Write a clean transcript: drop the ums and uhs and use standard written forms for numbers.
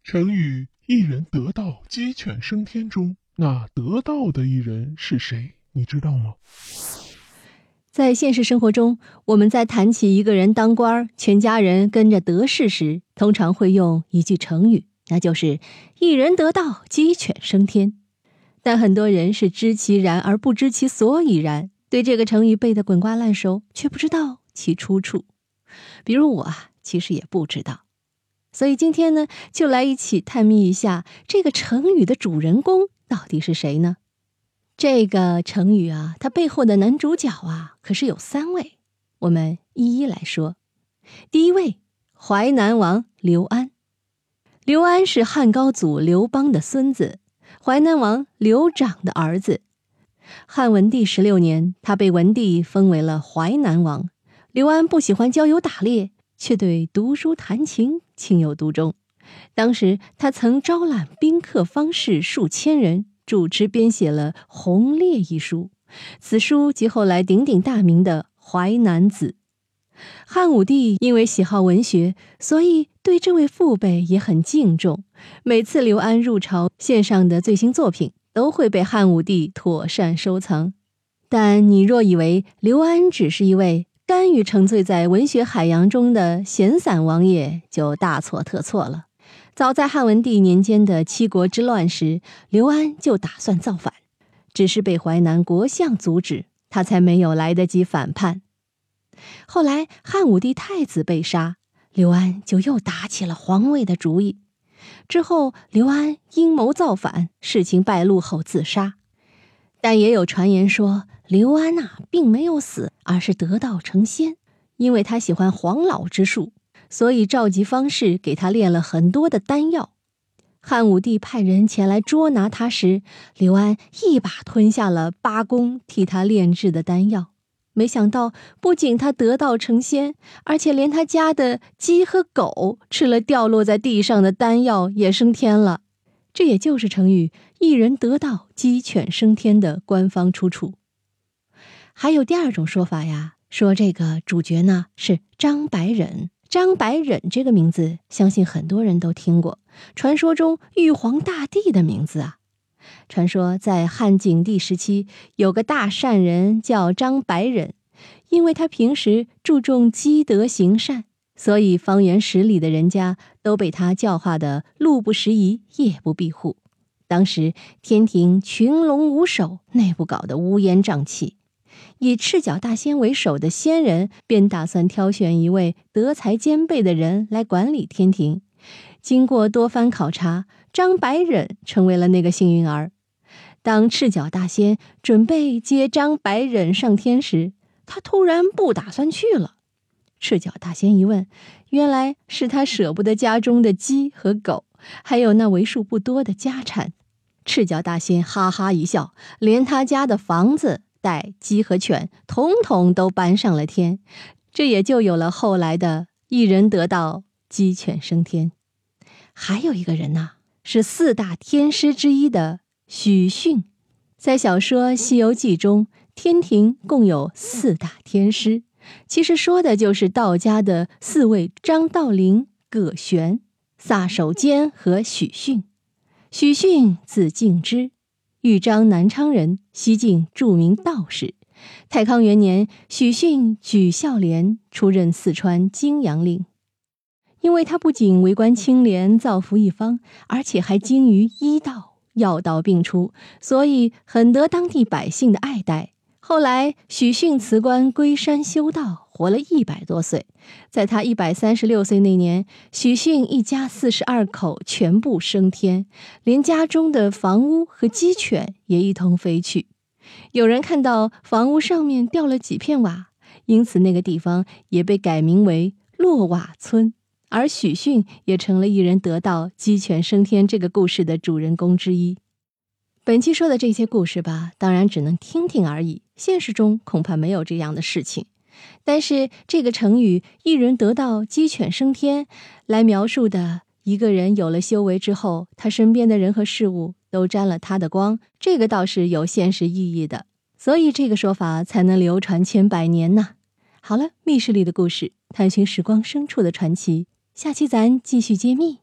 成语一人得道鸡犬升天中，那得道的一人是谁？你知道吗？ 在现实生活中，我们在谈起一个人当官，全家人跟着得势时，通常会用一句成语，那就是一人得道鸡犬升天。但很多人是知其然而不知其所以然，对这个成语背得滚瓜烂熟，却不知道其出处。比如我其实也不知道。所以今天呢，就来一起探秘一下这个成语的主人公到底是谁呢？这个成语它背后的男主角可是有3位，我们一一来说。第一位，淮南王刘安。刘安是汉高祖刘邦的孙子，淮南王刘长的儿子。汉文帝16年，他被文帝封为了淮南王。刘安不喜欢郊游打猎，却对读书弹琴情有独钟。当时他曾招揽宾客方士数千人，主持编写了《鸿烈》一书，此书即后来鼎鼎大名的《淮南子》。汉武帝因为喜好文学，所以对这位父辈也很敬重。每次刘安入朝献上的最新作品，都会被汉武帝妥善收藏。但你若以为刘安只是一位甘于沉醉在文学海洋中的闲散王爷，就大错特错了。早在汉文帝年间的七国之乱时，刘安就打算造反，只是被淮南国相阻止，他才没有来得及反叛。后来汉武帝太子被杀，刘安就又打起了皇位的主意。之后刘安阴谋造反，事情败露后自杀。但也有传言说刘安并没有死，而是得道成仙，因为他喜欢黄老之术，所以召集方士给他炼了很多的丹药。汉武帝派人前来捉拿他时，刘安一把吞下了8公替他炼制的丹药。没想到不仅他得道成仙，而且连他家的鸡和狗吃了掉落在地上的丹药也升天了。这也就是成语一人得道鸡犬升天的官方出处。还有第二种说法说这个主角呢是张白忍。张白忍这个名字相信很多人都听过，传说中玉皇大帝的名字传说在汉景帝时期，有个大善人叫张白忍，因为他平时注重积德行善，所以方圆10里的人家都被他教化的路不拾遗，夜不闭户。当时天庭群龙无首，内部搞得乌烟瘴气。以赤脚大仙为首的仙人便打算挑选一位德才兼备的人来管理天庭。经过多番考察，张白忍成为了那个幸运儿。当赤脚大仙准备接张白忍上天时，他突然不打算去了。赤脚大仙一问，原来是他舍不得家中的鸡和狗，还有那为数不多的家产。赤脚大仙哈哈一笑，连他家的房子带鸡和犬统统都搬上了天，这也就有了后来的一人得道鸡犬升天。还有一个人是4大天师之一的许逊。在小说《西游记》中，天庭共有4大天师，其实说的就是道家的4位张道陵、葛玄、撒手间和许逊。许逊字敬之，豫章南昌人，西晋著名道士。太康元年，许逊举孝廉，出任四川泾阳令。因为他不仅为官清廉，造福一方，而且还精于医道，药道并出，所以很得当地百姓的爱戴。后来许逊辞官归山修道，活了100多岁。在他136岁那年，许逊一家42口全部升天，连家中的房屋和鸡犬也一同飞去。有人看到房屋上面掉了几片瓦，因此那个地方也被改名为落瓦村，而许逊也成了一人得道鸡犬升天这个故事的主人公之一。本期说的这些故事当然只能听听而已，现实中恐怕没有这样的事情。但是这个成语一人得道鸡犬升天，来描述的一个人有了修为之后，他身边的人和事物都沾了他的光，这个倒是有现实意义的，所以这个说法才能流传千百年呢。好了，密室里的故事，探寻时光深处的传奇，下期咱继续揭秘。